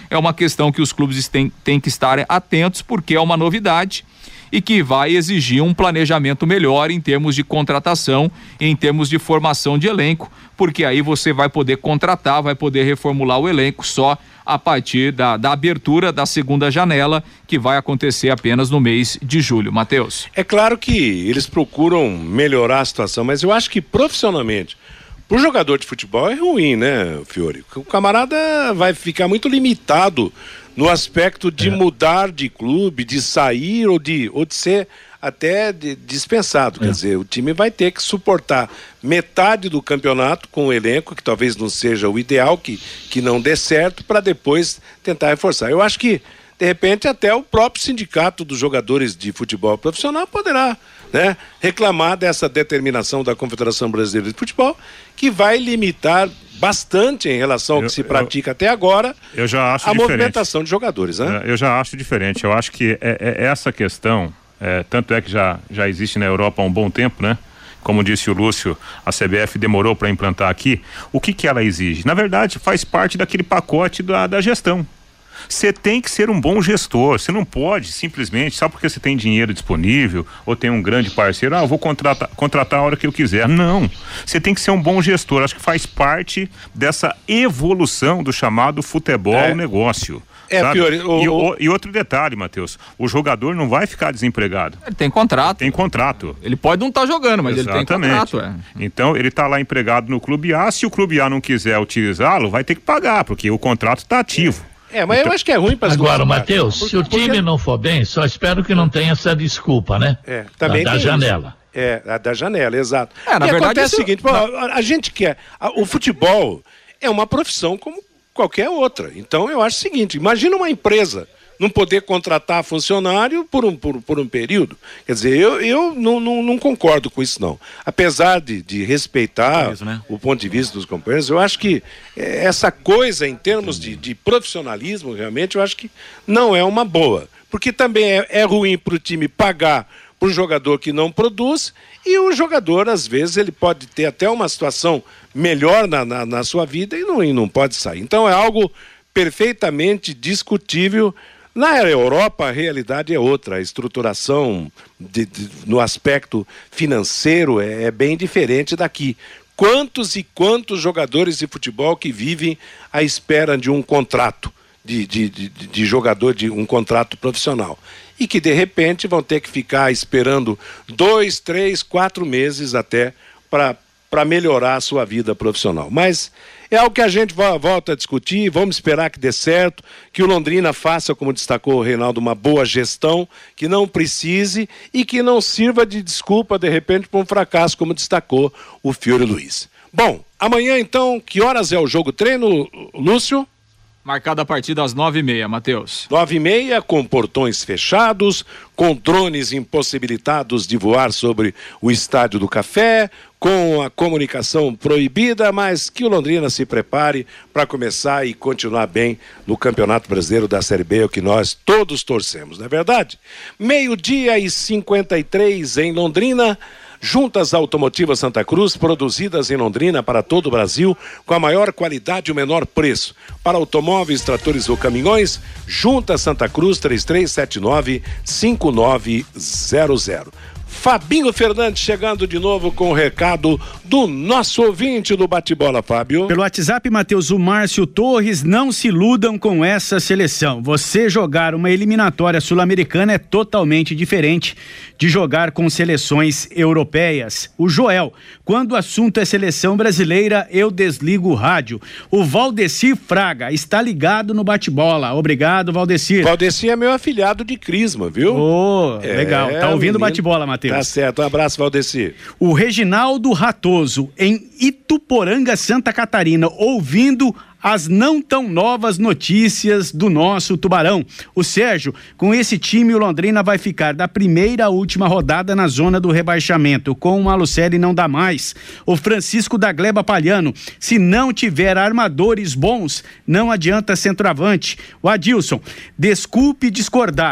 é uma questão que os clubes têm, têm que estar atentos, porque é uma novidade e que vai exigir um planejamento melhor em termos de contratação, em termos de formação de elenco, porque aí você vai poder contratar, vai poder reformular o elenco só a partir da, da abertura da segunda janela, que vai acontecer apenas no mês de julho. Matheus.
É claro que eles procuram melhorar a situação, mas eu acho que profissionalmente, para o jogador de futebol é ruim, né, Fiore? O camarada vai ficar muito limitado no aspecto de é. mudar de clube, de sair ou de, ou de ser até de, dispensado. É. Quer dizer, o time vai ter que suportar metade do campeonato com o elenco, que talvez não seja o ideal, que, que não dê certo, para depois tentar reforçar. Eu acho que, de repente, até o próprio sindicato dos jogadores de futebol profissional poderá, né, reclamar dessa determinação da Confederação Brasileira de Futebol, que vai limitar bastante em relação ao eu, que se pratica eu, até agora
eu já acho
a
diferente.
movimentação de jogadores, né?
Eu já acho diferente. Eu acho que é, é, essa questão, é, tanto é que já, já existe na Europa há um bom tempo, né? Como disse o Lúcio, a C B F demorou para implantar aqui. O que que ela exige? Na verdade, faz parte daquele pacote da, da gestão. Você tem que ser um bom gestor, você não pode simplesmente, só porque você tem dinheiro disponível ou tem um grande parceiro, ah, eu vou contratar, contratar a hora que eu quiser. Não, você tem que ser um bom gestor, acho que faz parte dessa evolução do chamado futebol é. negócio.
É, pior, o,
e, o, e outro detalhe, Matheus, o jogador não vai ficar desempregado.
Ele tem contrato.
Tem contrato.
Ele pode não estar tá jogando, mas Exatamente. ele tem contrato. É.
Então, ele está lá empregado no Clube A, se o Clube A não quiser utilizá-lo, vai ter que pagar, porque o contrato está ativo.
É. É, mas então, eu acho que é ruim para as
Agora, Matheus, se o time porque... não for bem, só espero que não tenha essa desculpa, né?
É, também
da, da janela.
Isso. É, a da janela, exato.
É, na
e
verdade,
acontece
isso...
o seguinte, pô, a, a gente quer, a, o futebol é uma profissão como qualquer outra. Então, eu acho o seguinte, imagina uma empresa não poder contratar funcionário por um, por, por um período. Quer dizer, eu, eu não, não, não concordo com isso, não. Apesar de, de respeitar é isso, né? o ponto de vista dos companheiros, eu acho que essa coisa, em termos de, de profissionalismo, realmente, eu acho que não é uma boa. Porque também é, é ruim para o time pagar para um jogador que não produz, e o jogador, às vezes, ele pode ter até uma situação melhor na, na, na sua vida e não, e não pode sair. Então, é algo perfeitamente discutível. Na Europa, a realidade é outra. A estruturação de, de, no aspecto financeiro é, é bem diferente daqui. Quantos e quantos jogadores de futebol que vivem à espera de um contrato, de, de, de, de jogador, de um contrato profissional, e que, de repente, vão ter que ficar esperando dois, três, quatro meses até para para melhorar a sua vida profissional. Mas é algo que a gente volta a discutir, vamos esperar que dê certo, que o Londrina faça, como destacou o Reinaldo, uma boa gestão, que não precise e que não sirva de desculpa, de repente, para um fracasso, como destacou o Fiore Luiz. Bom, amanhã, então, que horas é o jogo treino, Lúcio?
Marcada a partir das nove e meia, Matheus.
Nove e meia, com portões fechados, com drones impossibilitados de voar sobre o Estádio do Café, com a comunicação proibida, mas que o Londrina se prepare para começar e continuar bem no Campeonato Brasileiro da Série B, o que nós todos torcemos, não é verdade? Meio-dia e cinquenta e três em Londrina. Juntas Automotivas Santa Cruz, produzidas em Londrina para todo o Brasil, com a maior qualidade e o menor preço. Para automóveis, tratores ou caminhões, Juntas Santa Cruz, três três sete nove, cinco nove zero zero. Fabinho Fernandes chegando de novo com o recado do nosso ouvinte do Bate-Bola, Fábio.
Pelo WhatsApp, Matheus, o Márcio Torres, não se iludam com essa seleção. Você jogar uma eliminatória sul-americana é totalmente diferente de jogar com seleções europeias. O Joel, quando o assunto é seleção brasileira, eu desligo o rádio. O Valdecir Fraga está ligado no Bate-Bola. Obrigado, Valdecir.
Valdecir é meu afilhado de Crisma, viu?
Ô, oh, é, legal. Tá ouvindo o Bate-Bola, Matheus?
Tá certo, um abraço, Valdecir.
O Reginaldo Ratoso, em Ituporanga, Santa Catarina, ouvindo as não tão novas notícias do nosso Tubarão. O Sérgio, com esse time, o Londrina vai ficar da primeira à última rodada na zona do rebaixamento. Com o Malucelli não dá mais. O Francisco da Gleba Palhano, se não tiver armadores bons, não adianta centroavante. O Adilson, desculpe discordar,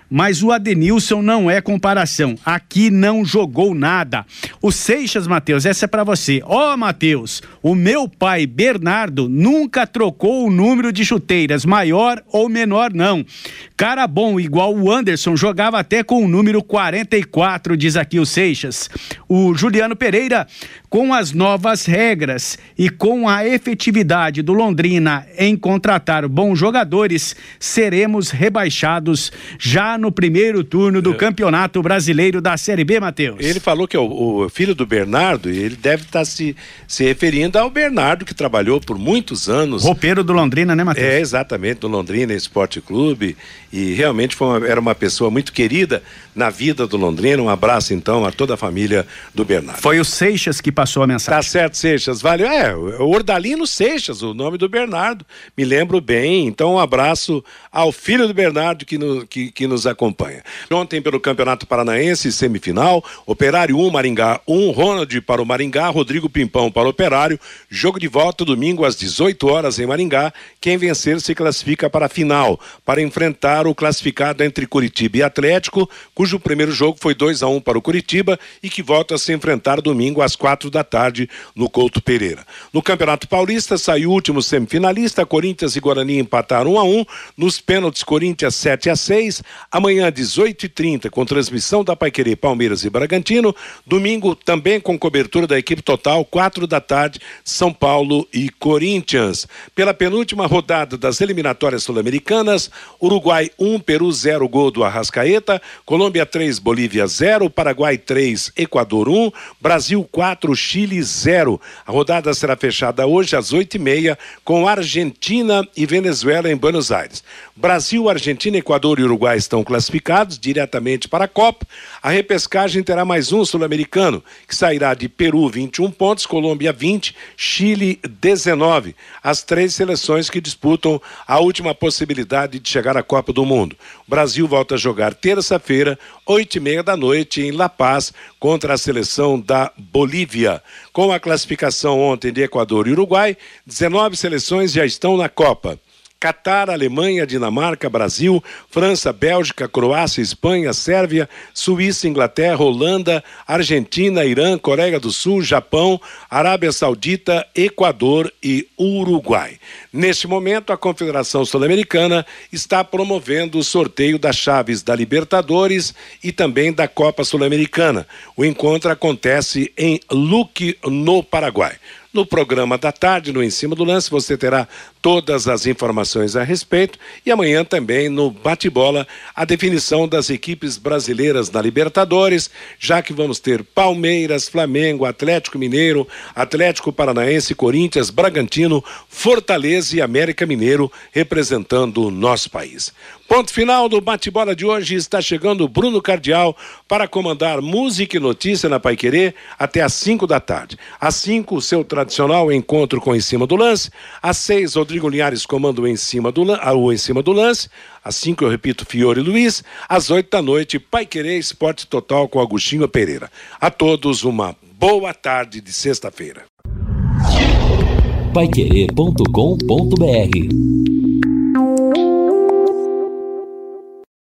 mas o Adenilson não é comparação. Aqui não jogou nada. O Seixas, Matheus, essa é pra você. Ó, oh, Matheus, o meu pai, Bernardo, nunca trocou o número de chuteiras, maior ou menor, não. Cara bom, igual o Anderson, jogava até com o número quarenta e quatro, diz aqui o Seixas. O Juliano Pereira, com as novas regras e com a efetividade do Londrina em contratar bons jogadores, seremos rebaixados já no primeiro turno do Campeonato Brasileiro da Série B, Matheus.
Ele falou que é o, o filho do Bernardo, e ele deve estar se, se referindo ao Bernardo, que trabalhou por muitos anos.
Roupeiro do Londrina, né, Matheus?
É, exatamente, do Londrina Esporte Clube, e realmente foi uma, era uma pessoa muito querida na vida do Londrina. Um abraço, então, a toda a família do Bernardo.
Foi o Seixas que passou a mensagem.
Tá certo, Seixas, valeu. É, o Ordalino Seixas, o nome do Bernardo, me lembro bem. Então, um abraço ao filho do Bernardo que, no, que, que nos acompanha. Ontem, pelo Campeonato Paranaense, semifinal, Operário um, Maringá um, Ronald para o Maringá, Rodrigo Pimpão para o Operário. Jogo de volta domingo às dezoito horas em Maringá. Quem vencer se classifica para a final, para enfrentar o classificado entre Curitiba e Atlético, cujo primeiro jogo foi dois a um para o Curitiba e que volta a se enfrentar domingo às quatro da tarde no Couto Pereira. No Campeonato Paulista saiu o último semifinalista, Corinthians e Guarani empataram um a um, nos pênaltis Corinthians sete a seis, amanhã dezoito e trinta com transmissão da Paiquerê, Palmeiras e Bragantino, domingo também com cobertura da equipe total, quatro da tarde, São Paulo e Corinthians. Pela penúltima rodada das eliminatórias sul-americanas, Uruguai um, Peru zero, gol do Arrascaeta, Colômbia três, Bolívia zero, Paraguai três, Equador um, Brasil quatro, Chile zero. A rodada será fechada hoje às oito e meia com Argentina e Venezuela em Buenos Aires. Brasil, Argentina, Equador e Uruguai estão classificados diretamente para a Copa. A repescagem terá mais um sul-americano, que sairá de Peru vinte e um pontos, Colômbia vinte, Chile dezenove. As três seleções que disputam a última possibilidade de chegar à Copa do Mundo. O Brasil volta a jogar terça-feira, oito e meia da noite, em La Paz, contra a seleção da Bolívia. Com a classificação ontem de Equador e Uruguai, dezenove seleções já estão na Copa. Catar, Alemanha, Dinamarca, Brasil, França, Bélgica, Croácia, Espanha, Sérvia, Suíça, Inglaterra, Holanda, Argentina, Irã, Coreia do Sul, Japão, Arábia Saudita, Equador e Uruguai. Neste momento, a Confederação Sul-Americana está promovendo o sorteio das chaves da Libertadores e também da Copa Sul-Americana. O encontro acontece em Luque, no Paraguai. No programa da tarde, no Em Cima do Lance, você terá todas as informações a respeito e amanhã também no Bate-Bola a definição das equipes brasileiras na Libertadores, já que vamos ter Palmeiras, Flamengo, Atlético Mineiro, Atlético Paranaense, Corinthians, Bragantino, Fortaleza e América Mineiro representando o nosso país. Ponto final do Bate-Bola de hoje, está chegando o Bruno Cardial para comandar música e notícia na Paiquerê até às cinco da tarde. Às cinco, o seu tradicional encontro com Em Cima do Lance. Às seis, Rodrigo Linhares comanda o Em Cima do, o em cima do Lance. Às cinco, eu repito, Fiore Luiz. Às oito da noite, Paiquerê Esporte Total com Agostinho Pereira. A todos uma boa tarde de sexta-feira.
paiquerê ponto com ponto br